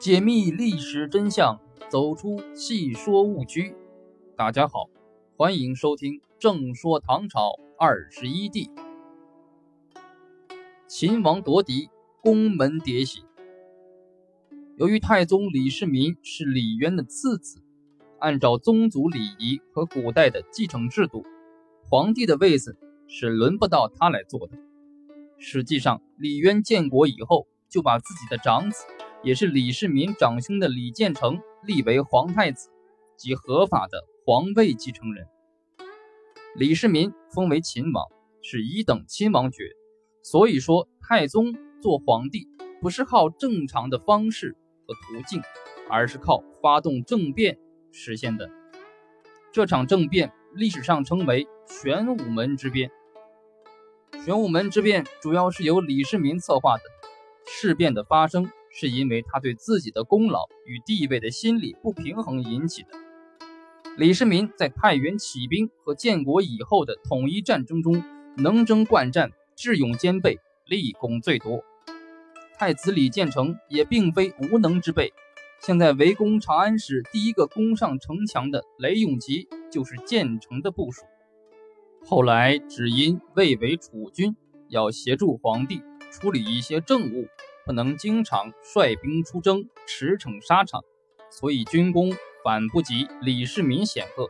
解密历史真相，走出戏说误区。大家好，欢迎收听正说唐朝21帝。秦王夺嫡，宫门迭起。由于太宗李世民是李渊的次子，按照宗族礼仪和古代的继承制度，皇帝的位子是轮不到他来做的。实际上，李渊建国以后，就把自己的长子，也是李世民长兄的李建成立为皇太子及合法的皇位继承人。李世民封为秦王，是一等亲王爵，所以说太宗做皇帝不是靠正常的方式和途径，而是靠发动政变实现的。这场政变历史上称为玄武门之变。玄武门之变主要是由李世民策划的，事变的发生是因为他对自己的功劳与地位的心理不平衡引起的。李世民在太原起兵和建国以后的统一战争中能征惯战，智勇兼备，立功最多。太子李建成也并非无能之辈，现在围攻长安时第一个攻上城墙的雷永吉就是建成的部属。后来只因魏为储君，要协助皇帝处理一些政务，不能经常率兵出征，驰骋沙场，所以军功反不及李世民显赫。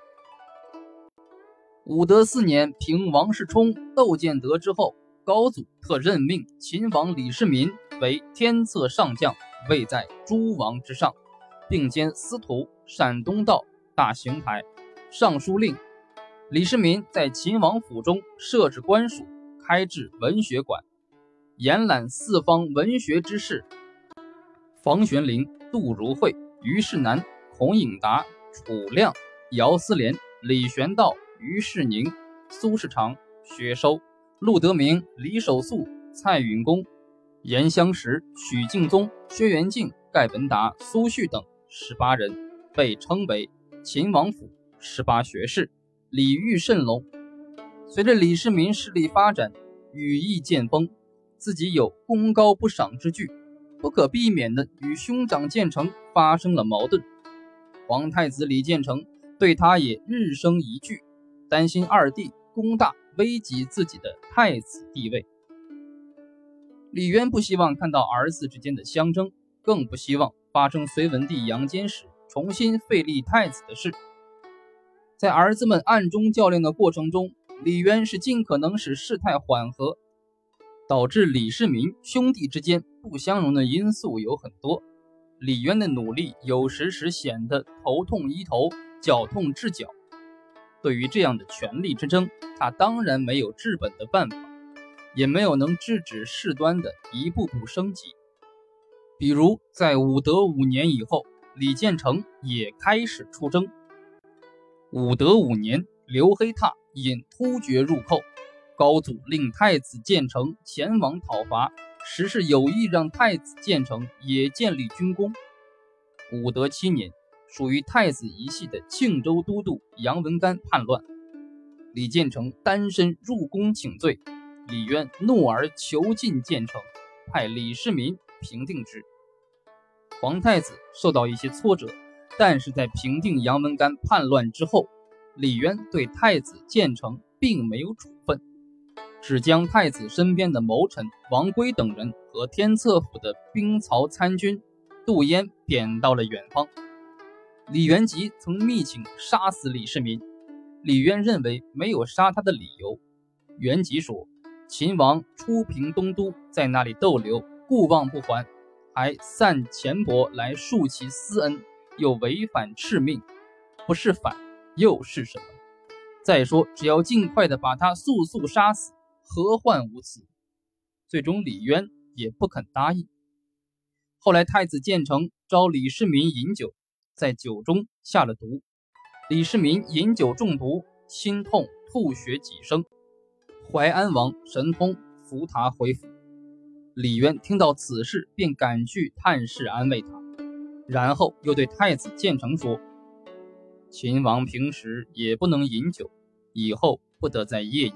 武德4年平王世充、窦建德之后，高祖特任命秦王李世民为天策上将，位在诸王之上，并兼司徒、陕东道、大行台、尚书令。李世民在秦王府中设置官署，开置文学馆，延揽四方文学之士，房玄龄、杜如晦、虞世南、孔颖达、楚亮、姚思廉、李玄道、虞世宁、苏世长、薛收、陆德明、李守素、蔡允恭、严相识、许敬宗、薛元敬、盖文达、苏旭等18人，被称为秦王府18学士，礼遇甚隆。随着李世民势力发展，羽翼渐丰，自己有功高不赏之惧，不可避免的与兄长建成发生了矛盾。皇太子李建成对他也日生疑惧，担心二弟功大危及自己的太子地位。李渊不希望看到儿子之间的相争，更不希望发生隋文帝杨坚时重新废立太子的事。在儿子们暗中较量的过程中，李渊是尽可能使事态缓和。导致李世民兄弟之间不相容的因素有很多，李渊的努力有时使显得头痛医头，脚痛治脚。对于这样的权力之争，他当然没有治本的办法，也没有能制止事端的一步步升级。比如在武德5年以后，李建成也开始出征。武德5年，刘黑闼引突厥入寇，高祖令太子建成前往讨伐，实是有意让太子建成也建立军功。武德7年，属于太子一系的庆州都督杨文干叛乱，李建成单身入宫请罪，李渊怒而囚禁建成，派李世民平定之。皇太子受到一些挫折，但是在平定杨文干叛乱之后，李渊对太子建成并没有处分，只将太子身边的谋臣王圭等人和天策府的兵曹参军杜淹贬到了远方。李元吉曾密请杀死李世民，李渊认为没有杀他的理由。元吉说，秦王出平东都，在那里逗留，故望不还，还散钱帛来述其私恩，又违反敕命，不是反又是什么？再说只要尽快的把他速速杀死，何患无辞？最终李渊也不肯答应。后来太子建成召李世民饮酒，在酒中下了毒，李世民饮酒中毒，心痛吐血几升，淮安王神通扶他恢复。李渊听到此事，便赶去探视安慰他，然后又对太子建成说，秦王平时也不能饮酒，以后不得再夜饮。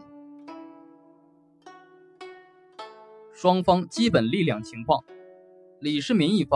双方基本力量情况，李世民一方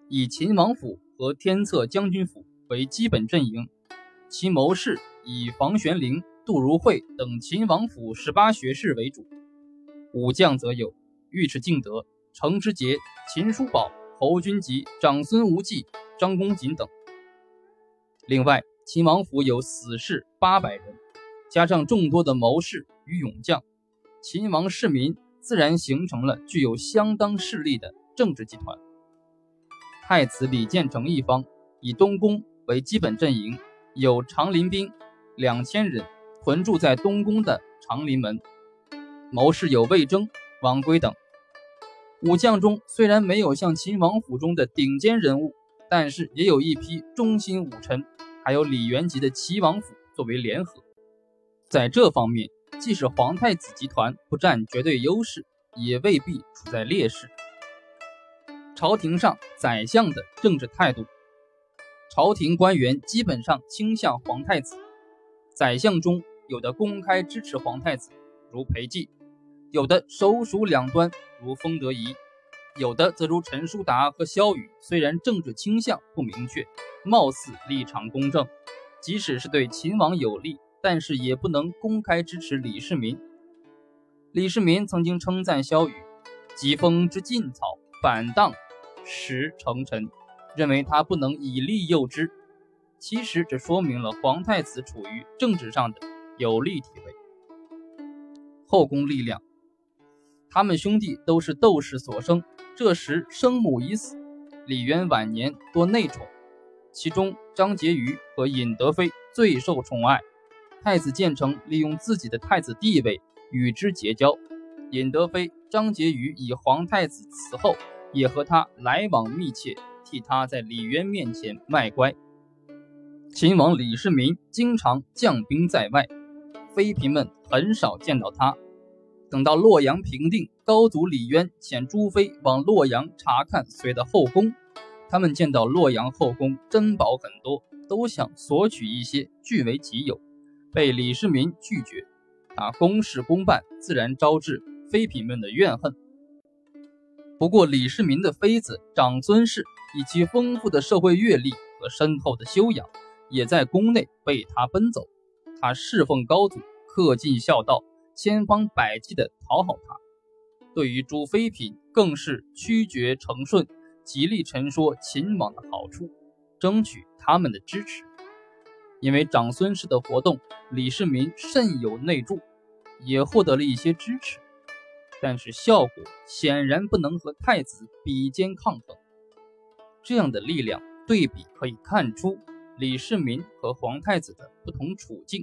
以秦王府和天策将军府为基本阵营，其谋士以房玄龄、杜如晦等秦王府18学士为主，武将则有尉迟敬德、程知节、秦叔宝、侯君集、长孙无忌、张公瑾等。另外，秦王府有死士800人，加上众多的谋士与勇将，秦王世民自然形成了具有相当势力的政治集团。太子李建成一方以东宫为基本阵营，有长林兵2000人屯驻在东宫的长林门，谋士有魏征、王圭等。武将中虽然没有像秦王府中的顶尖人物，但是也有一批忠心武臣，还有李元吉的齐王府作为联合。在这方面，即使皇太子集团不占绝对优势，也未必处在劣势。朝廷上宰相的政治态度，朝廷官员基本上倾向皇太子，宰相中有的公开支持皇太子，如裴寂；有的首属两端，如封德仪；有的则如陈叔达和萧雨，虽然政治倾向不明确，貌似立场公正，即使是对秦王有利，但是也不能公开支持李世民。李世民曾经称赞萧雨疾风之劲草，反荡时成臣，认为他不能以利诱之。其实这说明了皇太子处于政治上的有利地位。后宫力量，他们兄弟都是斗士所生，这时生母已死，李渊晚年多内宠，其中张婕妤和尹德妃最受宠爱。太子建成利用自己的太子地位与之结交，尹德妃、张婕妤以皇太子死后也和他来往密切，替他在李渊面前卖乖。秦王李世民经常将兵在外，妃嫔们很少见到他。等到洛阳平定，高祖李渊遣诸妃往洛阳查看隋的后宫，他们见到洛阳后宫珍宝很多，都想索取一些据为己有，被李世民拒绝。他公事公办，自然招致妃嫔们的怨恨。不过李世民的妃子长孙氏以其丰富的社会阅历和深厚的修养，也在宫内为他奔走。他侍奉高祖，恪尽孝道，千方百计地讨好他。对于诸妃嫔更是曲绝承顺，极力陈说秦王的好处，争取他们的支持。因为长孙氏的活动，李世民甚有内助，也获得了一些支持，但是效果显然不能和太子比肩抗衡。这样的力量对比可以看出李世民和皇太子的不同处境。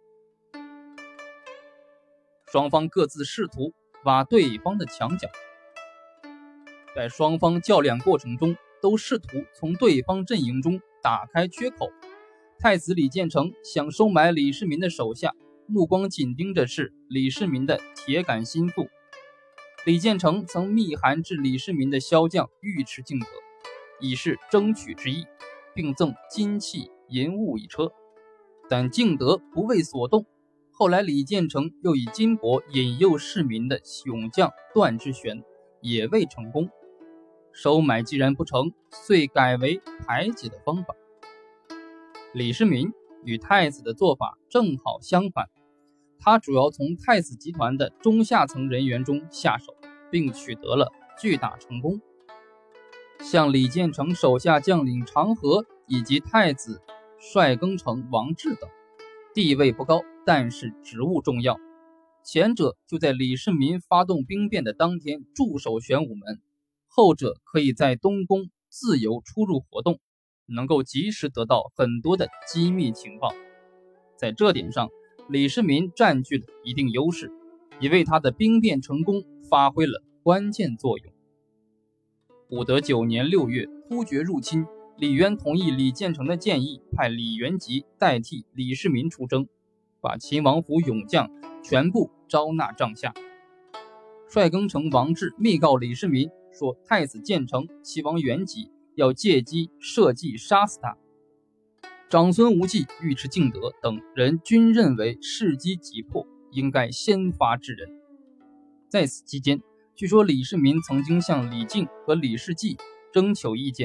双方各自试图挖对方的墙角，在双方较量过程中，都试图从对方阵营中打开缺口。太子李建成想收买李世民的手下，目光紧盯着是李世民的铁杆心腹。李建成曾密函至李世民的骁将尉迟敬德，以示争取之意，并赠金器银物一车，但敬德不为所动。后来李建成又以金帛引诱世民的勇将段之玄，也未成功。收买既然不成，遂改为排解的方法。李世民与太子的做法正好相反，他主要从太子集团的中下层人员中下手，并取得了巨大成功。像李建成手下将领长河以及太子帅庚成、王志等，地位不高，但是职务重要。前者就在李世民发动兵变的当天驻守玄武门，后者可以在东宫自由出入活动，能够及时得到很多的机密情报。在这点上，李世民占据了一定优势，也为他的兵变成功发挥了关键作用。武德9年6月突厥入侵，李渊同意李建成的建议，派李元吉代替李世民出征，把秦王府勇将全部招纳帐下。帅庚成、王志密告李世民说，太子建成、齐王元吉要借机设计杀死他。长孙无忌、尉迟敬德等人均认为事机急迫，应该先发制人。在此期间，据说李世民曾经向李靖和李世济征求意见，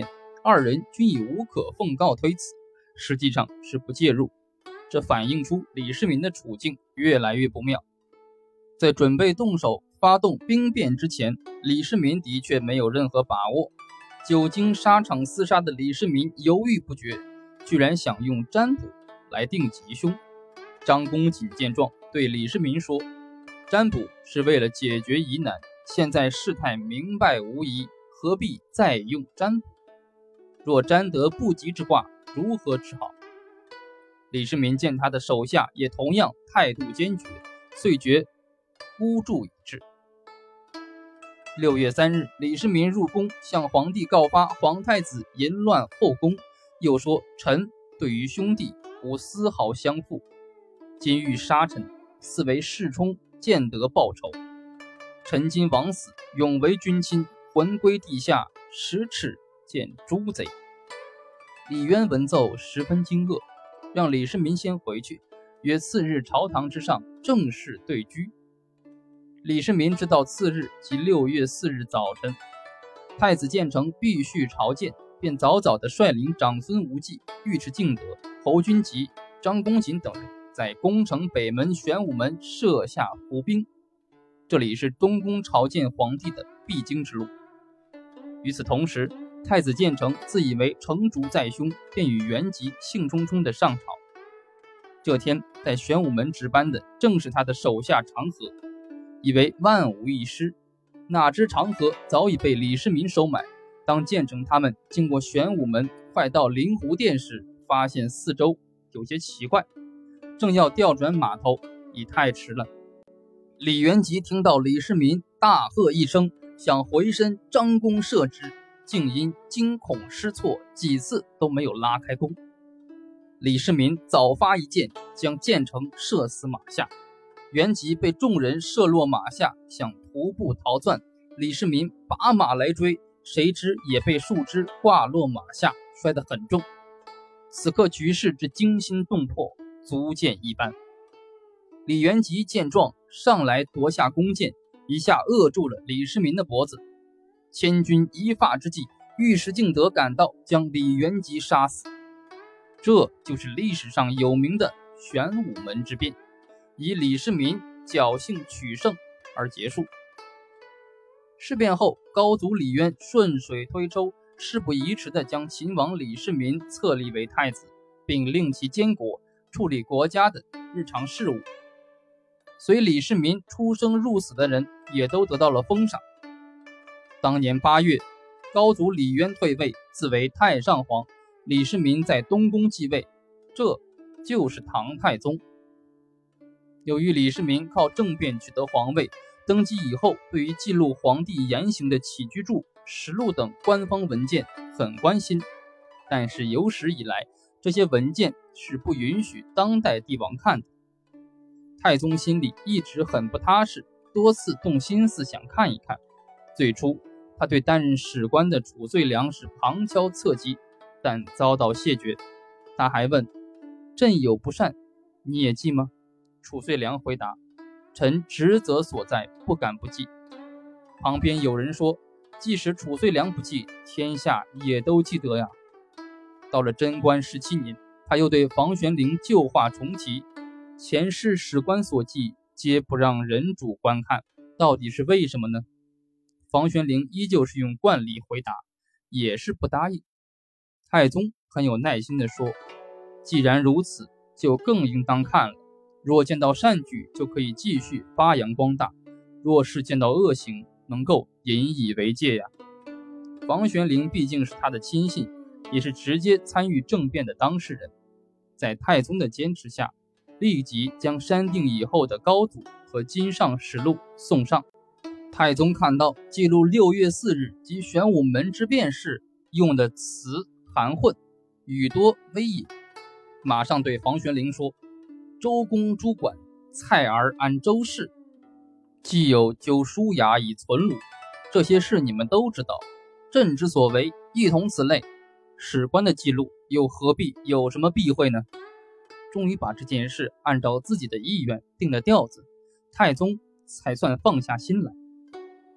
二人均以无可奉告推辞，实际上是不介入。这反映出李世民的处境越来越不妙。在准备动手发动兵变之前，李世民的确没有任何把握。久经沙场厮杀的李世民犹豫不决，居然想用占卜来定吉凶。张公瑾见状，对李世民说：“占卜是为了解决疑难，现在事态明白无疑，何必再用占卜？若占得不吉之卦，如何是好？”李世民见他的手下也同样态度坚决，遂决孤注一掷。6月3日，李世民入宫，向皇帝告发皇太子淫乱后宫，又说臣对于兄弟无丝毫相负，今欲杀臣，似为世冲见得报仇。臣今枉死，永为君亲，魂归地下，10尺见诛贼。李渊闻奏十分惊愕，让李世民先回去，约次日朝堂之上正式对居。李世民知道次日即6月4日早晨，太子建成必须朝见，便早早地率领长孙无忌、尉迟敬德、侯君集、张公瑾等人在宫城北门玄武门设下伏兵。这里是东宫朝见皇帝的必经之路。与此同时，太子建成自以为成竹在胸，便与元吉兴冲冲地上朝。这天在玄武门值班的正是他的手下长河，以为万无一失，哪知长河早已被李世民收买。当建成他们经过玄武门快到灵湖殿时，发现四周有些奇怪，正要调转马头，已太迟了。李元吉听到李世民大喝一声，想回身张弓射之，竟因惊恐失措，几次都没有拉开弓。李世民早发一箭，将建成射死马下。元吉被众人射落马下，想徒步逃窜。李世民拔马来追，谁知也被树枝挂落马下，摔得很重。此刻局势之惊心动魄，足见一斑。李元吉见状，上来夺下弓箭，一下扼住了李世民的脖子。千钧一发之际，尉迟敬德赶到，将李元吉杀死。这就是历史上有名的玄武门之变，以李世民侥幸取胜而结束。事变后，高祖李渊顺水推舟，事不宜迟地将秦王李世民册立为太子，并令其监国，处理国家的日常事务。随李世民出生入死的人也都得到了封赏。当年8月，高祖李渊退位，自为太上皇，李世民在东宫继位，这就是唐太宗。由于李世民靠政变取得皇位，登基以后对于记录皇帝言行的起居注、实录等官方文件很关心，但是有史以来，这些文件是不允许当代帝王看的。太宗心里一直很不踏实，多次动心思想看一看。最初他对担任史官的褚遂良是旁敲侧击，但遭到谢绝。他还问：“朕有不善，你也记吗？”褚遂良回答：“臣职责所在，不敢不记。”旁边有人说：“即使褚遂良不记，天下也都记得呀。”到了贞观17年，他又对房玄龄旧话重提：“前世史官所记，皆不让人主观看，到底是为什么呢？”房玄龄依旧是用惯例回答，也是不答应。太宗很有耐心地说：“既然如此，就更应当看了。若见到善举，就可以继续发扬光大；若是见到恶行，能够引以为戒呀。”房玄龄毕竟是他的亲信，也是直接参与政变的当事人，在太宗的坚持下，立即将删定以后的高祖和金上实录送上。太宗看到记录6月4日及玄武门之变时用的词含混，语多微隐，马上对房玄龄说：“周公诸管，蔡儿安周氏，既有九叔牙以存鲁，这些事你们都知道，朕之所为亦同此类，史官的记录又何必有什么避讳呢？”终于把这件事按照自己的意愿定了调子，太宗才算放下心来。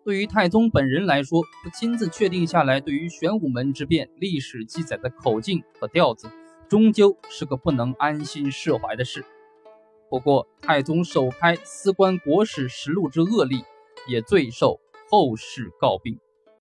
对于太宗本人来说，不亲自确定下来对于玄武门之变历史记载的口径和调子，终究是个不能安心释怀的事。不过太宗首开司官国史实录之恶例，也最受后世诟病。